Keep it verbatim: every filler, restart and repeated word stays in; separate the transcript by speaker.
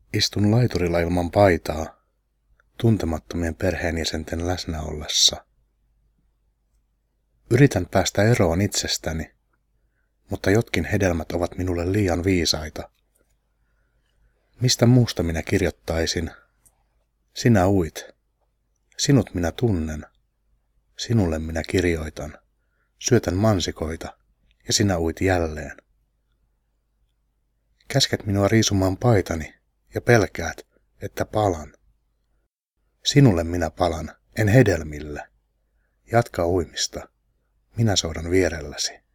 Speaker 1: Istun laiturilla ilman paitaa, tuntemattomien perheenjäsenten läsnä ollessa. Yritän päästä eroon itsestäni, mutta jotkin hedelmät ovat minulle liian viisaita. Mistä muusta minä kirjoittaisin? Sinä uit. Sinut minä tunnen. Sinulle minä kirjoitan. Syötän mansikoita, ja sinä uit jälleen. Käsket minua riisumaan paitani, ja pelkäät, että palan. Sinulle minä palan, en hedelmille. Jatka uimista. Minä soudan vierelläsi.